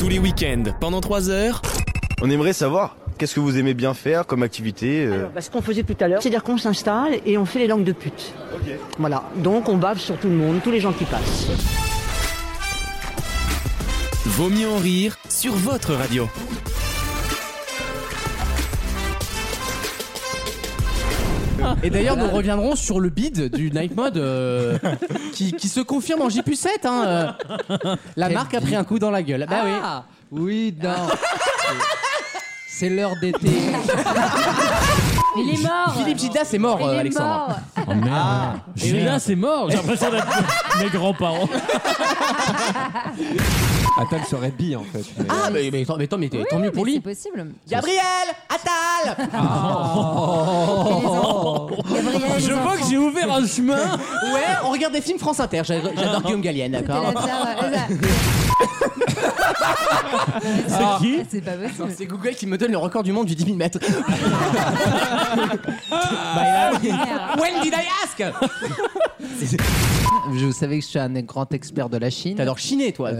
Tous les week-ends, pendant 3 heures. On aimerait savoir, qu'est-ce que vous aimez bien faire comme activité Alors, ce qu'on faisait tout à l'heure, c'est-à-dire qu'on s'installe et on fait les langues de pute. Ok. Voilà, donc on bave sur tout le monde, tous les gens qui passent. Vaut mieux en rire sur votre radio. Et d'ailleurs, nous reviendrons sur le bid du Night Mode qui se confirme en J+7. La marque a pris un coup dans la gueule. Bah oui, non. C'est l'heure d'été. Il est mort. Philippe Gilda, c'est mort, Il est Alexandre. mort. Oh merde. Gilda, c'est mort. J'ai l'impression d'être mes grands-parents. Attal serait bi en fait. Mais tant mieux pour C'est lui. possible. Gabriel, Attal. Gabriel, Je les vois que enfants. j'ai ouvert un chemin. Ouais, on regarde des films France Inter. J'adore Guillaume Gallienne, C'était d'accord. la sœur, C'est qui? C'est pas possible. C'est Google qui me donne le record du monde du 10 000 mètres. When did I ask? Vous savez que je suis un grand expert de la Chine. T'adores chiner, toi.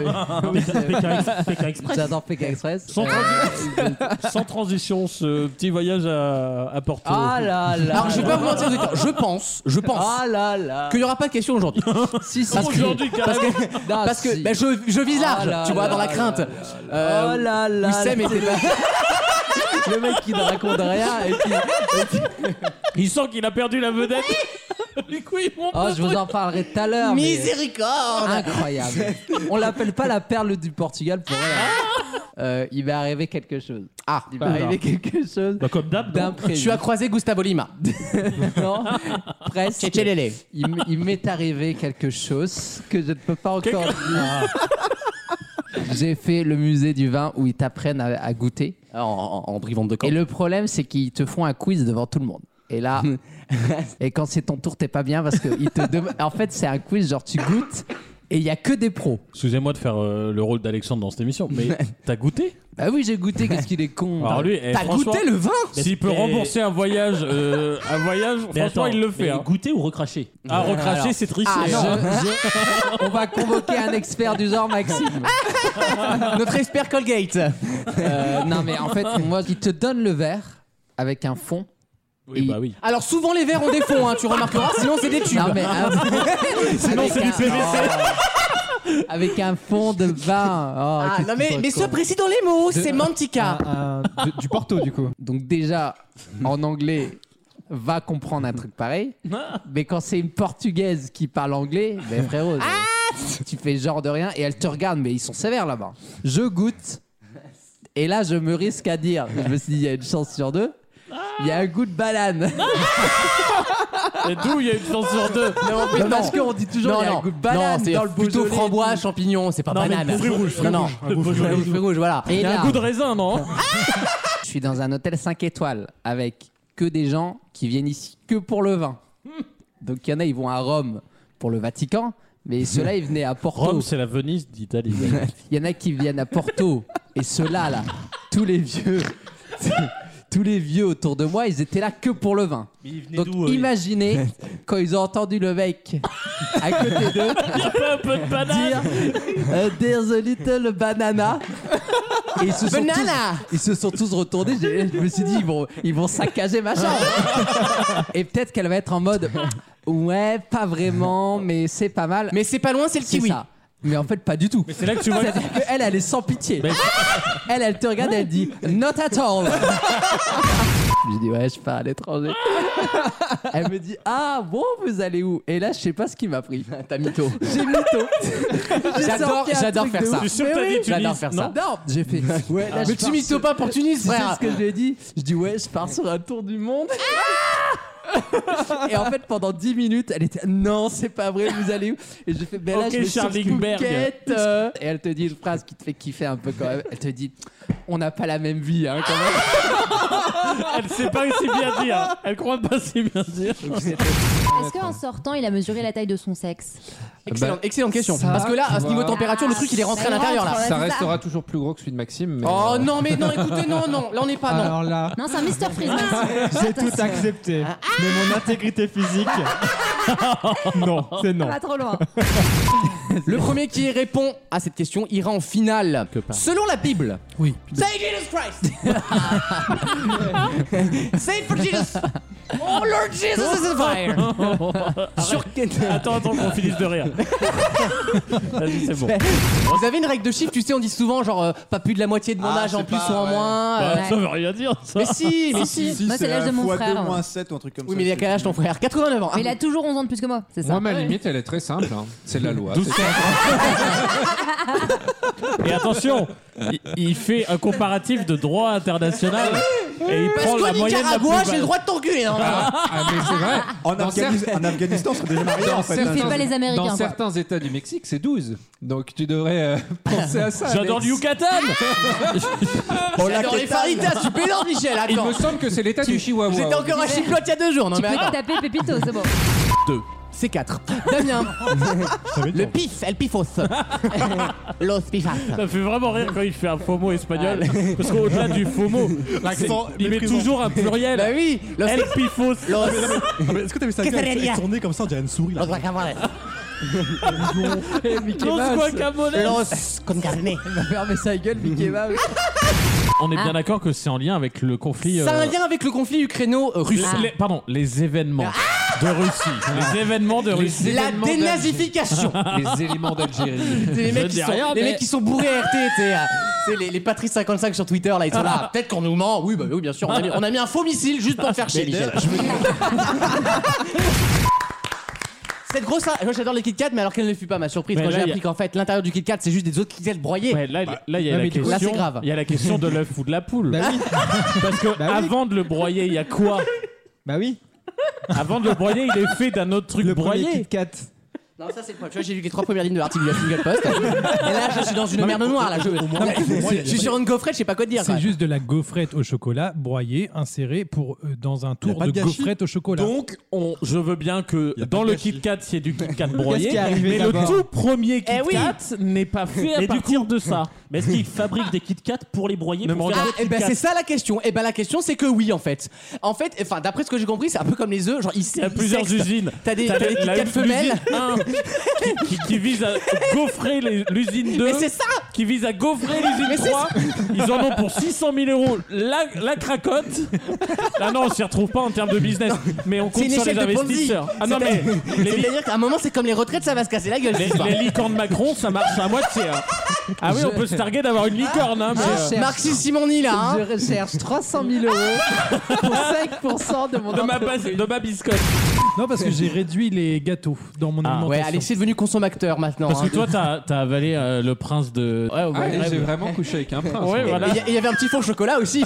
Pékin Express. J'adore Pékin Express. Sans transition, ce petit voyage à Porto. Ah là là. Alors, je vais pas vous mentir, je pense Ah là là. qu'il y aura pas de question aujourd'hui. Si, si. Aujourd'hui, carrément. Parce que si. ben, je vise large, Oh là tu vois, là dans la là crainte. Oh là là. Wissem était là. Le mec qui ne raconte rien et qui... Il sent qu'il a perdu la vedette. Du coup, il monte. Oh, je vous en parlerai tout à l'heure. mais- Miséricorde. Incroyable. On l'appelle pas la perle du Portugal pour elle. Il va arriver quelque chose. Il va arriver quelque chose Bah, comme d'hab. non d'imprévu. Je suis à croiser Gustavo Lima. Non, presque. Tchétchelélé. Il m'est arrivé quelque chose que je ne peux pas encore dire. J'ai fait le musée du vin où ils t'apprennent à goûter. En brivante de camp. Et le problème, c'est qu'ils te font un quiz devant tout le monde. Et là, et quand c'est ton tour, t'es pas bien parce que ils te en fait, c'est un quiz genre tu goûtes et il y a que des pros. Excusez-moi de faire le rôle d'Alexandre dans cette émission, mais t'as goûté? Bah oui, j'ai goûté. Qu'est-ce qu'il est con. Alors lui, T'as franchement, goûté le vin? s'il peut rembourser un voyage, franchement, il le fait. Hein. Goûter ou recracher? Ah, recracher, Alors. c'est tricher. On va convoquer un expert du genre, Maxime. Notre expert Colgate. Non, mais en fait, moi, il te donne le verre avec un fond. Oui, bah oui. Alors souvent les verres ont des fonds, hein, tu remarqueras, sinon c'est des tubes. Non, mais Sinon, c'est du PVC. avec un fond de vin. Oh, qu'est-ce Non qu'il mais faut sois con. précis dans les mots, c'est Mantica. Du Porto, du coup. Donc déjà, en anglais, va comprendre un truc pareil. Mais quand c'est une Portugaise qui parle anglais, ben frérot, tu fais genre de rien et elle te regarde, mais ils sont sévères là-bas. Je goûte. Et là, je me risque à dire, je me suis dit, il y a une chance sur deux. Il y a un goût de banane. Et d'où il y a une chance sur deux? Non, parce qu'on dit toujours il y a un goût de banane c'est dans le plutôt Beaujolais. framboise, champignon, c'est pas Non, mais banane. fruits rouges, fruits Non, rouges. un goût fruits rouges, voilà. Et Il y a là, un goût de raisin, non? je suis dans un hôtel 5 étoiles avec que des gens qui viennent ici que pour le vin. Donc il y en a, ils vont à Rome pour le Vatican, mais ceux-là, ils venaient à Porto. Rome, c'est la Venise d'Italie. Il y en a qui viennent à Porto et ceux-là, là, tous les vieux autour de moi, ils étaient là que pour le vin. Donc imaginez quand ils ont entendu le mec à côté d'eux Un peu de banane. dire There's a little banana. Et ils se sont tous retournés. Je me suis dit ils vont saccager ma chambre. Et peut-être qu'elle va être en mode ouais, pas vraiment, mais c'est pas mal. Mais c'est pas loin, c'est le C'est kiwi. ça. Mais en fait, pas du tout. Mais c'est là que tu vois. C'est-à-dire qu'elle, elle est sans pitié. Elle te regarde, elle dit not at all. Je dis ouais, je pars à l'étranger. Elle me dit ah bon, vous allez où? Et là, je sais pas ce qui m'a pris. T'as mytho. J'ai mytho. J'ai sorti un J'adore truc faire de ça. ouf. Je suis sûr que Mais t'as oui. dit Tunis. J'adore faire ça. Non, j'ai fait ouais. Là, Mais tu mytho pas pour Tunis, Tu sais frère. ce que je lui ai dit? Je dis ouais, je pars sur un tour du monde. Et en fait, pendant 10 minutes, elle était non, c'est pas vrai, vous allez où? Et j'ai fait ben là, Ok, je vais sur Charlingberg. Phuket. Et elle te dit une phrase qui te fait kiffer un peu quand même. Elle te dit on n'a pas la même vie, hein, quand même. Elle sait pas si bien dire. Elle croit pas si bien dire. Est-ce qu'en sortant, il a mesuré la taille de son sexe? Excellente question. ça, Parce que là, à ce tu niveau vois. température, le truc il est rentré à l'intérieur là. Ouais, Ça c'est restera toujours plus gros que celui de Maxime. Mais Oh non, mais non, écoutez, non, là on n'est pas, non. Alors là, Non, c'est un Mr Freeze. Maxime. j'ai tout accepté. Mais mon intégrité physique. Non, c'est non. Ça va trop loin. Le premier qui répond à cette question ira en finale. Selon la Bible. Oui. Say Jesus Christ. Say it for Jesus. Oh Lord Jesus is on fire. Attends qu'on finisse de rire. Vas-y, c'est bon. Vous avez une règle de chiffre, tu sais, on dit souvent genre pas plus de la moitié de mon âge en plus ou en moins. Ça veut rien dire, ça. Mais si. Moi, c'est l'âge de mon frère. fois 2 moins 7 ou un truc comme ça. Oui, mais il a quel âge ton frère? 89 ans. Mais il a toujours 11 ans de plus que moi, c'est ça. Moi, ma limite, elle est très simple. Hein. C'est la loi. Et attention, il fait un comparatif de droit international et il prend la moyenne de la plus Nicaragua, j'ai le droit de t'enculer. Ah, mais c'est vrai. En Afghanistan, on serait déjà mariés en fait. Il fait pas les Américains. Dans quoi. certains états du Mexique, c'est 12. Donc tu devrais penser à ça. J'adore le Yucatan. J'adore les faritas, tu pédores, Michel. Il Attends. me semble que c'est l'état du Chihuahua. J'étais encore à Chiclotte il y a 2 jours. Non, Tu mais peux attends. taper Pépito, c'est bon. 2. C'est 4. Damien. Le pif, el pifos. Los pifas. Ça fait vraiment rire quand il fait un faux mot espagnol. Parce qu'au-delà du faux mot, il met toujours un pluriel. Bah oui. Los El pifos. Los. Est-ce que t'as vu ça avec son nez comme ça, on dirait une souris là. Los guacamoles. Los guacamoles. Los con carne. Il va fermer sa gueule, Mickey Mouse. On est bien d'accord que c'est en lien avec le conflit. Ça a un lien avec le conflit ukraino-russe. Les événements de Russie. Les événements de Russie. La dénazification. Les éléments d'Algérie. C'est les mecs qui sont bourrés à RT, c'est les Patrice 55 sur Twitter là, ils sont là. Peut-être qu'on nous ment. Oui, bah oui, bien sûr. On a mis un faux missile juste pour faire chier, Michel. Cette grosse, moi j'adore les Kit Kat, mais alors qu'elle ne fut pas ma surprise Mais quand là, j'ai y a- appris qu'en fait l'intérieur du Kit Kat c'est juste des autres Kit Kat broyés. Ouais, là, il y a la question. là, c'est grave. Il y a la question de l'œuf ou de la poule. Bah oui. Parce que Bah oui. avant de le broyer, il y a quoi? Bah oui. Avant de le broyer, il est fait d'un autre truc Le premier broyé. Kit Kat. Non, ça c'est le problème. Tu vois, j'ai lu les 3 premières lignes de l'article du Huffington Post. Et là, je suis dans une merde noire. Là, je suis sur une gaufrette, je sais pas quoi te dire. C'est juste de la gaufrette au chocolat broyée, insérée pour dans un tour de gaufrette au chocolat. Donc, je veux bien que dans le Kit Kat, il y ait du Kit Kat broyé, qui est arrivé mais le d'abord tout premier Kit Eh oui. Kat n'est pas fait à partir de ça. Mais est-ce qu'ils fabriquent des Kit Kat pour les broyer Ne pour me faire regarde- des Et Kit ben Kat c'est ça la question. Et ben la question c'est que oui en fait. En fait, enfin d'après ce que j'ai compris, c'est un peu comme les œufs, genre Il y a plusieurs usines. T'as des Kit la- Kat femelles. l'usine 1 qui vise à gaufrer l'usine 2. Mais c'est ça. Qui vise à gaufrer l'usine 3. Ils en ont pour 600 000 euros la cracotte. Ah non, on s'y retrouve pas en termes de business. Mais on C'est compte une sur les échelle de Ponzi. investisseurs. Ah non, mais C'est-à-dire qu'à un moment c'est comme les retraites, ça va se casser la gueule. cette histoire. les licornes Macron, ça marche à moitié. Hein. Ah oui, on peut se targuer d'avoir une licorne. Hein, mais, Marxis Simoni là. Hein. Je recherche 300 000 euros pour 5% de mon entreprise. de ma biscotte. Non, parce que j'ai réduit les gâteaux dans mon Ouais, alimentation. Alexis est devenu consommateur maintenant. Parce hein. que toi, t'as avalé le prince de. Ouais, Ah, et j'ai vraiment couché avec un prince. Ouais, voilà. Et il y avait un petit faux chocolat aussi.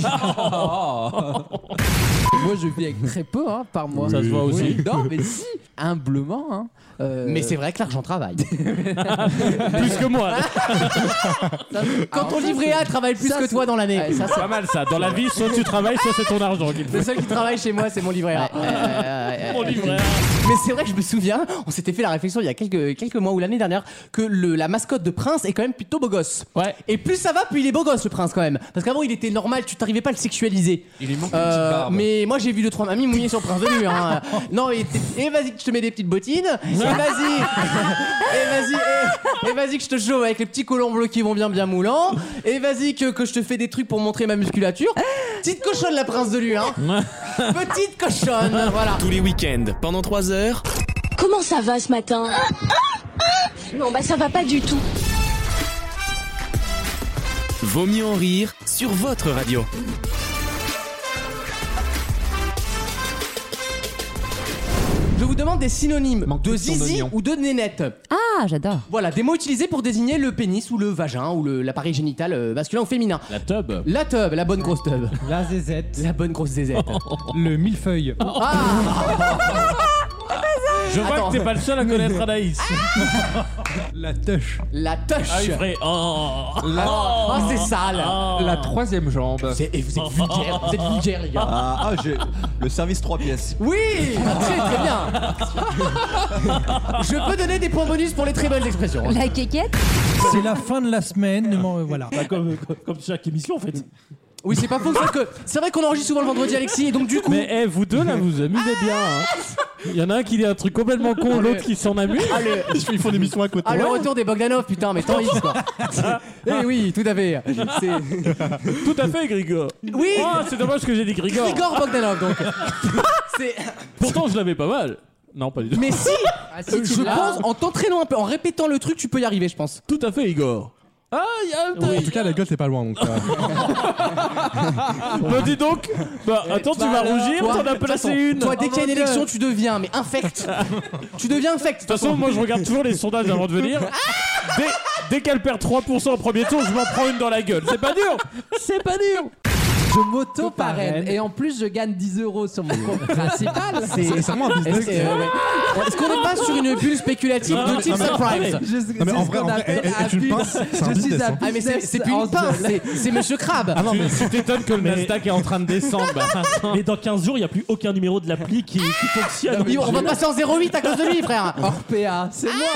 Moi, je vis avec très peu hein, par mois. Ça se voit aussi. Oui. Non, mais si, humblement. Hein. Mais c'est vrai que l'argent travaille. Plus que moi. Quand ton livret A travaille plus ça, que toi dans l'année. Ouais, ça, Pas mal ça. Dans la vie, soit tu travailles, soit c'est ton argent qui te Le fait. seul qui travaille chez moi, c'est mon livret A. Mon livret. Mais c'est vrai que je me souviens, on s'était fait la réflexion il y a quelques mois ou l'année dernière que la mascotte de Prince est quand même plutôt beau gosse. Ouais. Et plus ça va, plus il est beau gosse le Prince quand même. Parce qu'avant il était normal, tu t'arrivais pas à le sexualiser. Il lui manque une petite barbe. Mais moi j'ai vu 2-3 mamies mouillées sur Prince de Mur. Hein. Non, et vas-y que je te mets des petites bottines. Et vas-y que je te chauffe avec les petits collants bleus qui vont bien moulants. Et vas-y que je te fais des trucs pour montrer ma musculature. Petite cochonne la Prince de Lu, hein. Petite cochonne, voilà. Tous les week-ends, pendant 3 heures. Comment ça va ce matin? Non, bah ça va pas du tout. Vaut mieux en rire sur votre radio. Je vous demande des synonymes Manque de plus son zizi oignon. ou de nénette. Ah, j'adore. Voilà, des mots utilisés pour désigner le pénis ou le vagin ou l'appareil génital masculin ou féminin. La tub. La tub, la bonne grosse tub. La zézette. La bonne grosse zézette. Le millefeuille. Ah, Je vois Attends. que t'es pas le seul à connaître Anaïs. La teuche. la touche. Ah, il ferait. Oh. Oh, c'est sale. La troisième jambe. Vous êtes vulgaire, les gars. J'ai le service 3 pièces. Oui, très bien. Je peux donner des points bonus pour les très bonnes expressions. La quéquette. C'est la fin de la semaine. Voilà. Bah, comme chaque émission en fait. Oui, c'est pas faux. C'est vrai qu'on enregistre souvent le vendredi, Alexis, et donc du coup. Mais vous deux là, vous amusez bien. Hein. Il y en a un qui dit un truc complètement con, l'autre qui s'en amuse. Ils font des missions à côté. Ah, le retour des Bogdanov, putain, mais tant quoi. Eh oui, tout à fait. Tout à fait, Grigor. Oui. Oh, c'est dommage que j'ai dit Grigor. Grigor Bogdanov, donc. Pourtant, je l'avais pas mal. Non, pas du tout. Mais si, je pense, en t'entraînant un peu, en répétant le truc, tu peux y arriver, je pense. Tout à fait, Igor. Ah, il y a un En tout cas, la gueule, c'est pas loin. Donc, Bah dis donc. Bah attends, tu vas rougir, t'en as placé une. Toi, dès qu'il y a une élection, tu deviens, mais infect. Tu deviens infect. De toute façon, moi je regarde toujours les sondages avant de venir. Dès qu'elle perd 3% au premier tour, je m'en prends une dans la gueule. C'est pas dur. C'est pas dur. Je m'auto-parraine et en plus je gagne 10 € sur mon compte principal. c'est vraiment un business. Est-ce qu'on n'est pas sur une bulle spéculative de type subprime? Non, mais en vrai, est une pince, c'est un business. Ah mais c'est plus une pince, c'est Monsieur Crabbe. Ah non, mais tu t'étonnes que le Nasdaq est en train de descendre. Mais dans 15 jours, il n'y a plus aucun numéro de l'appli qui fonctionne. On va passer en 08 à cause de lui, frère. Orpea, c'est moi.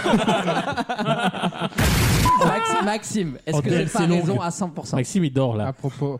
Maxime, est-ce que j'ai pas raison à 100%? Maxime, il dort là. À propos.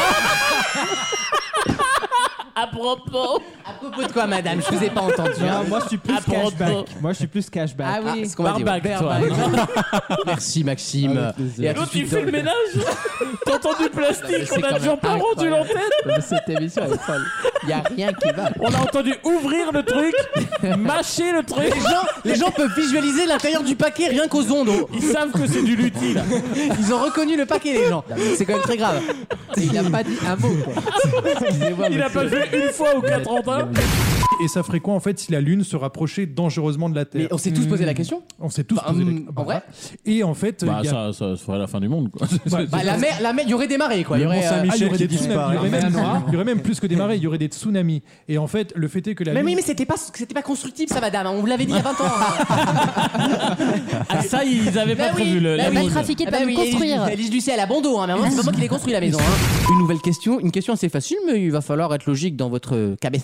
À propos de quoi, madame? Je vous ai pas entendu. Non, moi je suis plus cashback. Ah oui, c'est ce qu'on va dire. Merci, Maxime. Et à tout de L'autre, il suite. fait le ménage. T'entends du plastique, on a toujours pas rendu l'antenne. Cette émission est folle. Il y a rien qui va. On a entendu ouvrir le truc, mâcher le truc. Les gens peuvent visualiser l'intérieur du paquet rien qu'aux ondes. Ils savent que c'est du lutti là. Ils ont reconnu le paquet, les gens. C'est quand même très grave. Il a pas dit un mot. Quoi. Il a pas vu une fois au 4 Et ça ferait quoi en fait si la Lune se rapprochait dangereusement de la Terre? Mais on s'est tous posé la question. On s'est tous posé la question. En vrai. Et en fait, Bah il y a- ça ferait la fin du monde quoi. Bah, la mer, il y aurait des marées quoi. Il y aurait, il y aurait des tsunamis. disparaît. Il y aurait même plus que des marées, il y aurait des tsunamis. Et en fait, le fait est que la Mais Lune... oui, mais c'était pas constructible ça, madame. On vous l'avait dit il y a 20 ans. Ah ça ils avaient pas prévu le. Il la va mine. trafiquer de Bah pas oui, nous construire. Elise Lucet elle a bon dos, hein, mais c'est pas moi qui l'ai construit la maison. Hein. Une nouvelle question, une question assez facile, mais il va falloir être logique dans votre cabeza.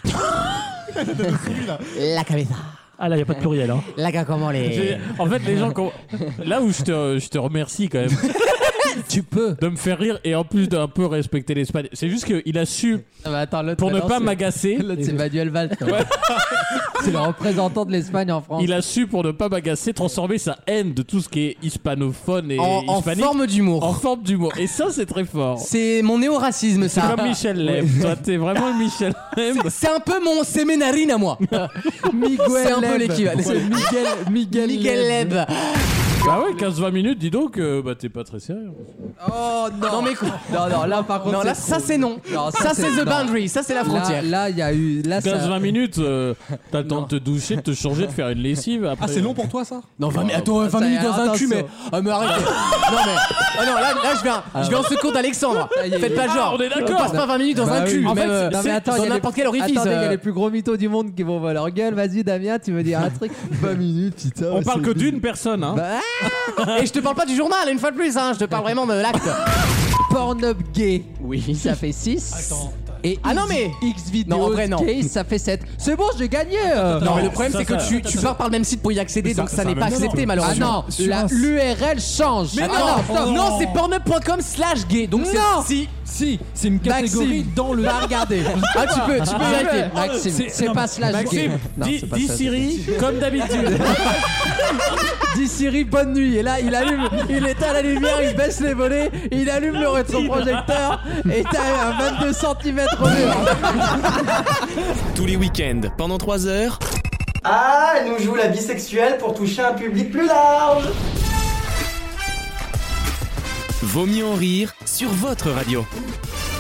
La cabeza. Ah là, il n'y a pas de pluriel. Hein. La gars, comment les. En fait, les gens, là où je te remercie quand même. Tu peux. De me faire rire et en plus d'un peu respecter l'Espagne. C'est juste qu'il a su, Attends, pour ne pas m'agacer. L'autre, c'est Manuel Valls. C'est le représentant de l'Espagne en France. Il a su, pour ne pas m'agacer, transformer sa haine de tout ce qui est hispanophone et en hispanique forme d'humour. en forme d'humour. Et ça, c'est très fort. C'est mon néo-racisme, C'est ça. comme Michel Leb. Toi, t'es vraiment le Michel Leb. C'est un peu mon séménarine à moi. C'est un peu l'équivalent. C'est Miguel Leb. Bah ouais, 15-20 minutes, dis donc, bah t'es pas très sérieux. Oh non. Non mais quoi? Non, là par contre. Non, là, ça c'est non. Ça c'est the boundary, ça c'est la frontière. Là, il y a eu. Là, 15-20 minutes, t'as le temps de te doucher, de te changer, de faire une lessive. Après. Ah, c'est long pour toi ça? Non, 20 minutes dans un cul, mais. Ah, mais arrêtez. Non, mais. Ah non, là je vais en secours d'Alexandre. Faites pas genre. on est d'accord. On passe pas 20 minutes dans un cul. En fait, Même non, mais attends, dans n'importe quel orifice. Attendez, il y a les plus gros mythos du monde qui vont voir leur gueule. Vas-y, Damien, tu veux dire un truc? 20 minutes, putain. On parle que d'une personne, hein. Et je te parle pas du journal, une fois de plus, hein. Je te parle vraiment de l'acte. Pornhub gay. Oui. Ça fait 6. Attends. Et Ah non, mais. X vidéos Non, en vrai, non. gay, ça fait 7. C'est bon, j'ai gagné. Non, mais le problème ça, c'est que ça- tu pars par le même site pour y accéder, donc ça n'est pas accepté Ah malheureusement. non, l'URL change. Mais non, c'est pornhub.com/gay. Donc c'est Non. Si, c'est une catégorie Maxime, dans le... va regarder. Ah, tu peux vérifier. Maxime, c'est pas slash gay. Maxime, Non, dis c'est pas dis ça. Siri, comme d'habitude. Dis Siri, bonne nuit. Et là, il allume, il éteint la lumière, il baisse les volets, il allume le rétroprojecteur et t'as un 22 cm au mur. Tous les week-ends, pendant 3 heures. Ah, elle nous joue la bisexuelle pour toucher un public plus large. Vaut mieux en rire sur votre radio.